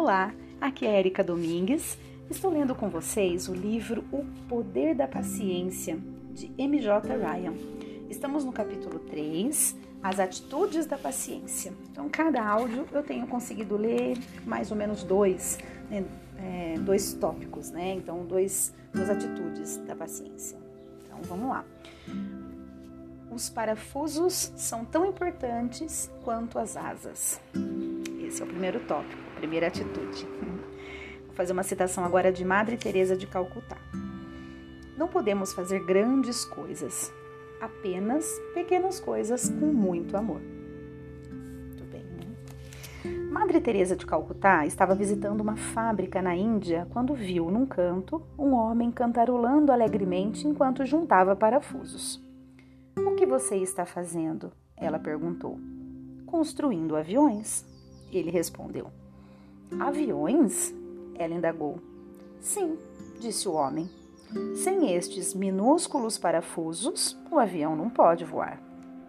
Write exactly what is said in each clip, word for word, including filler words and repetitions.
Olá, aqui é Érica Domingues. Estou lendo com vocês o livro O Poder da Paciência, de M J Ryan. Estamos no capítulo três, As Atitudes da Paciência. Então, cada áudio eu tenho conseguido ler mais ou menos dois, né, é, dois tópicos, né? Então, dois, duas atitudes da paciência. Então, vamos lá. Os parafusos são tão importantes quanto as asas. Esse é o primeiro tópico, a primeira atitude. Vou fazer uma citação agora de Madre Teresa de Calcutá. Não podemos fazer grandes coisas, apenas pequenas coisas com muito amor. Muito bem, né? Madre Teresa de Calcutá estava visitando uma fábrica na Índia quando viu, num canto, um homem cantarolando alegremente enquanto juntava parafusos. O que você está fazendo? Ela perguntou. Construindo aviões. Ele respondeu. Aviões? Ela indagou. Sim, disse o homem. Sem estes minúsculos parafusos, o avião não pode voar.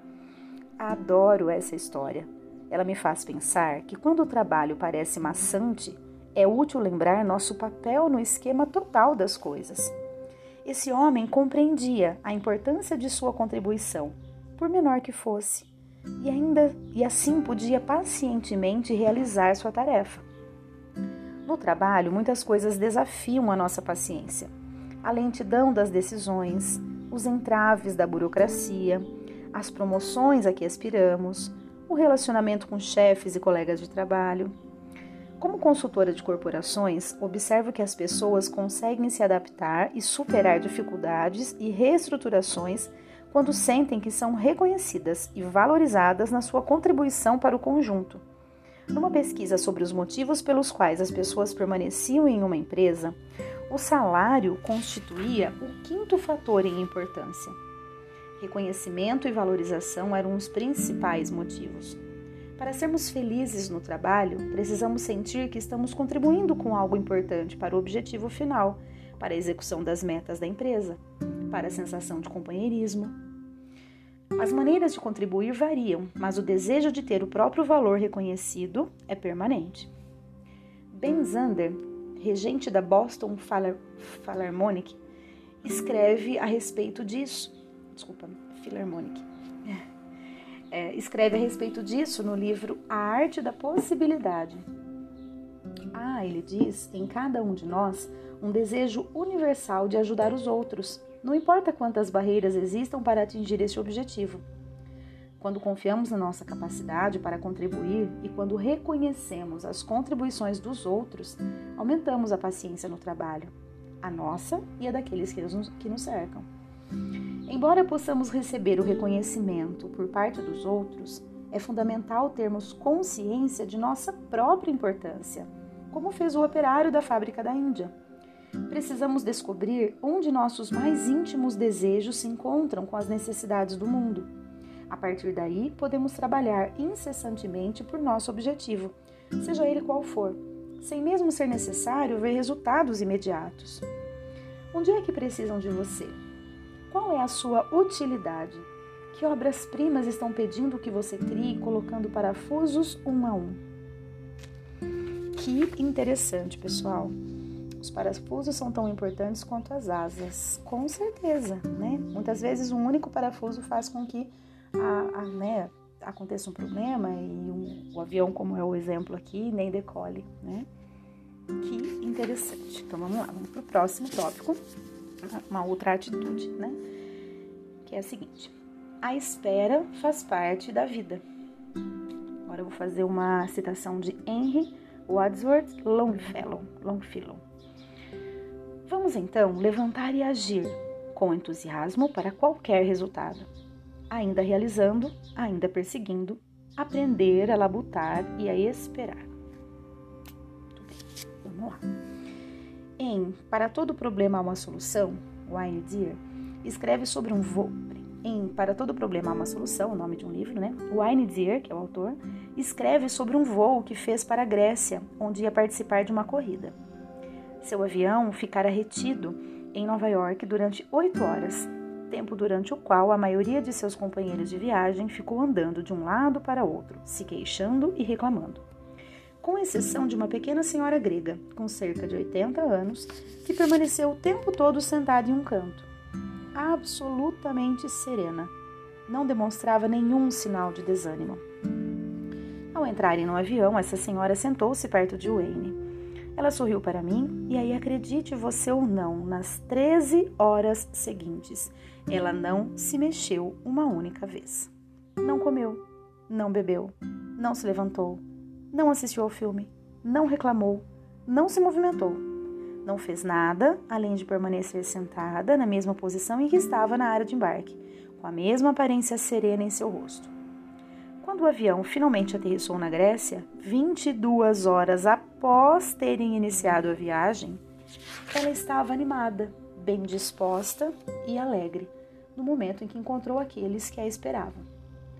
Adoro essa história. Ela me faz pensar que quando o trabalho parece maçante, é útil lembrar nosso papel no esquema total das coisas. Esse homem compreendia a importância de sua contribuição, por menor que fosse, e ainda e assim podia pacientemente realizar sua tarefa. No trabalho, muitas coisas desafiam a nossa paciência. A lentidão das decisões, os entraves da burocracia, as promoções a que aspiramos, o relacionamento com chefes e colegas de trabalho. Como consultora de corporações, observo que as pessoas conseguem se adaptar e superar dificuldades e reestruturações quando sentem que são reconhecidas e valorizadas na sua contribuição para o conjunto. Numa pesquisa sobre os motivos pelos quais as pessoas permaneciam em uma empresa, o salário constituía o quinto fator em importância. Reconhecimento e valorização eram os principais motivos. Para sermos felizes no trabalho, precisamos sentir que estamos contribuindo com algo importante para o objetivo final, para a execução das metas da empresa, para a sensação de companheirismo. As maneiras de contribuir variam, mas o desejo de ter o próprio valor reconhecido é permanente. Ben Zander, regente da Boston Philharmonic, escreve a respeito disso. Desculpa, Philharmonic. É, escreve a respeito disso no livro A Arte da Possibilidade. Ah, ele diz, em cada um de nós, um desejo universal de ajudar os outros, não importa quantas barreiras existam para atingir esse objetivo. Quando confiamos na nossa capacidade para contribuir e quando reconhecemos as contribuições dos outros, aumentamos a paciência no trabalho, a nossa e a daqueles que nos, que nos cercam. Embora possamos receber o reconhecimento por parte dos outros, é fundamental termos consciência de nossa própria importância, como fez o operário da fábrica da Índia. Precisamos descobrir onde nossos mais íntimos desejos se encontram com as necessidades do mundo. A partir daí, podemos trabalhar incessantemente por nosso objetivo, seja ele qual for, sem mesmo ser necessário ver resultados imediatos. Onde é que precisam de você? Qual é a sua utilidade? Que obras-primas estão pedindo que você crie, colocando parafusos um a um? Que interessante, pessoal. Os parafusos são tão importantes quanto as asas, com certeza, né? Muitas vezes um único parafuso faz com que a, a, né, aconteça um problema e um, o avião, como é o exemplo aqui, nem decole, né? Que interessante. Então vamos lá, vamos para o próximo tópico. Uma outra atitude, né? Que é a seguinte: a espera faz parte da vida. Agora eu vou fazer uma citação de Henry Wadsworth Longfellow. Longfellow. Vamos então levantar e agir com entusiasmo para qualquer resultado, ainda realizando, ainda perseguindo, aprender a labutar e a esperar. Muito bem, vamos lá. Em Para Todo Problema Há Uma Solução, Wayne Dyer escreve sobre um voo. Em Para Todo Problema Há Uma Solução, o nome de um livro, né? Wayne Dyer, que é o autor, escreve sobre um voo que fez para a Grécia, onde ia participar de uma corrida. Seu avião ficara retido em Nova York durante oito horas, tempo durante o qual a maioria de seus companheiros de viagem ficou andando de um lado para outro, se queixando e reclamando. com exceção de uma pequena senhora grega, com cerca de oitenta anos, que permaneceu o tempo todo sentada em um canto, absolutamente serena. Não demonstrava nenhum sinal de desânimo. Ao entrarem no avião, essa senhora sentou-se perto de Wayne. Ela sorriu para mim e aí, acredite você ou não, nas treze horas seguintes, ela não se mexeu uma única vez. Não comeu, não bebeu, não se levantou, não assistiu ao filme, não reclamou, não se movimentou. Não fez nada, além de permanecer sentada na mesma posição em que estava na área de embarque, com a mesma aparência serena em seu rosto. Quando o avião finalmente aterrissou na Grécia, vinte e duas horas após terem iniciado a viagem, ela estava animada, bem disposta e alegre, no momento em que encontrou aqueles que a esperavam.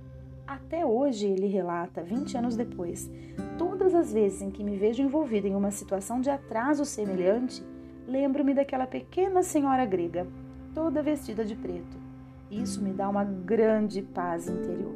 Até hoje, ele relata, vinte anos depois, todas as vezes em que me vejo envolvida em uma situação de atraso semelhante, lembro-me daquela pequena senhora grega, toda vestida de preto. Isso me dá uma grande paz interior.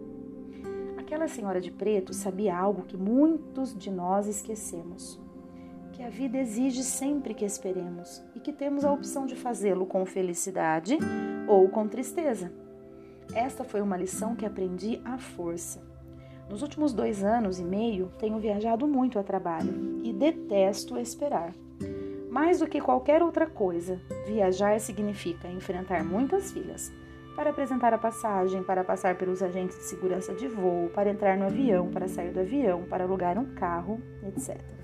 Aquela senhora de preto sabia algo que muitos de nós esquecemos, que a vida exige sempre que esperemos e que temos a opção de fazê-lo com felicidade ou com tristeza. Esta foi uma lição que aprendi à força. Nos últimos dois anos e meio, tenho viajado muito a trabalho e detesto esperar. Mais do que qualquer outra coisa, viajar significa enfrentar muitas filas para apresentar a passagem, para passar pelos agentes de segurança de voo, para entrar no avião, para sair do avião, para alugar um carro, etcétera.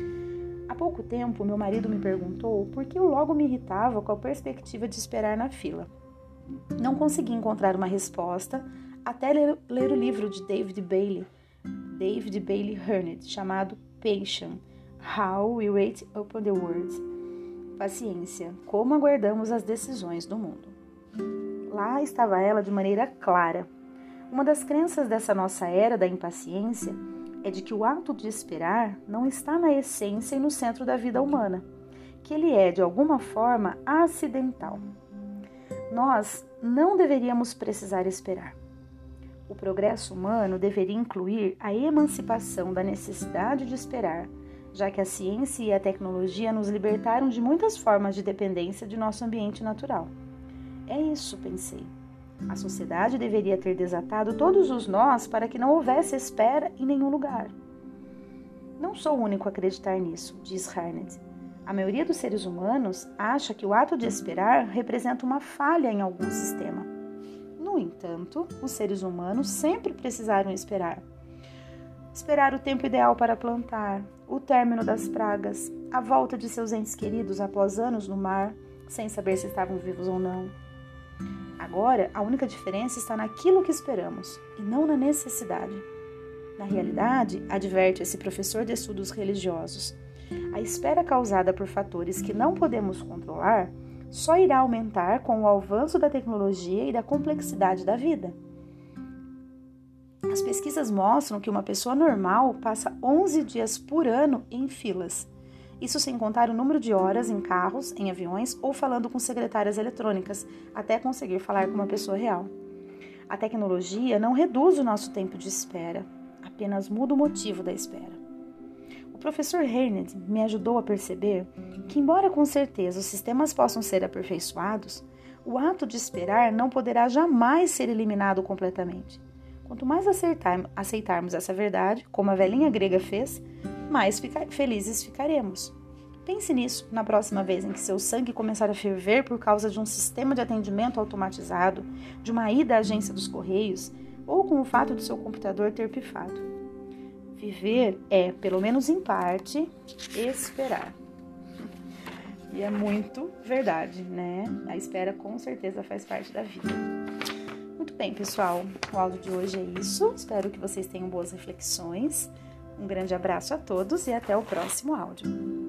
Há pouco tempo, meu marido me perguntou por que eu logo me irritava com a perspectiva de esperar na fila. Não consegui encontrar uma resposta até ler, ler o livro de David Bailey, David Bailey Hurnett, chamado Patience, How We Wait Upon the World. Paciência, como aguardamos as decisões do mundo. Lá estava ela de maneira clara. Uma das crenças dessa nossa era da impaciência é de que o ato de esperar não está na essência e no centro da vida humana, que ele é, de alguma forma, acidental. Nós não deveríamos precisar esperar. O progresso humano deveria incluir a emancipação da necessidade de esperar, já que a ciência e a tecnologia nos libertaram de muitas formas de dependência de nosso ambiente natural. É isso, pensei. A sociedade deveria ter desatado todos os nós para que não houvesse espera em nenhum lugar. Não sou o único a acreditar nisso, diz Hurnett. A maioria dos seres humanos acha que o ato de esperar representa uma falha em algum sistema. No entanto, os seres humanos sempre precisaram esperar. Esperar o tempo ideal para plantar, o término das pragas, a volta de seus entes queridos após anos no mar, sem saber se estavam vivos ou não. Agora, a única diferença está naquilo que esperamos e não na necessidade. Na realidade, adverte esse professor de estudos religiosos, a espera causada por fatores que não podemos controlar só irá aumentar com o avanço da tecnologia e da complexidade da vida. As pesquisas mostram que uma pessoa normal passa onze dias por ano em filas. Isso sem contar o número de horas em carros, em aviões ou falando com secretárias eletrônicas, até conseguir falar com uma pessoa real. A tecnologia não reduz o nosso tempo de espera, apenas muda o motivo da espera. O professor Hurnett me ajudou a perceber que, embora com certeza os sistemas possam ser aperfeiçoados, o ato de esperar não poderá jamais ser eliminado completamente. Quanto mais aceitarmos essa verdade, como a velhinha grega fez, mais fica- felizes ficaremos. Pense nisso na próxima vez em que seu sangue começar a ferver por causa de um sistema de atendimento automatizado, de uma ida à agência dos Correios ou com o fato de seu computador ter pifado. Viver é, pelo menos em parte, esperar. E é muito verdade, né? A espera com certeza faz parte da vida. Muito bem, pessoal. O áudio de hoje é isso. Espero que vocês tenham boas reflexões. Um grande abraço a todos e até o próximo áudio.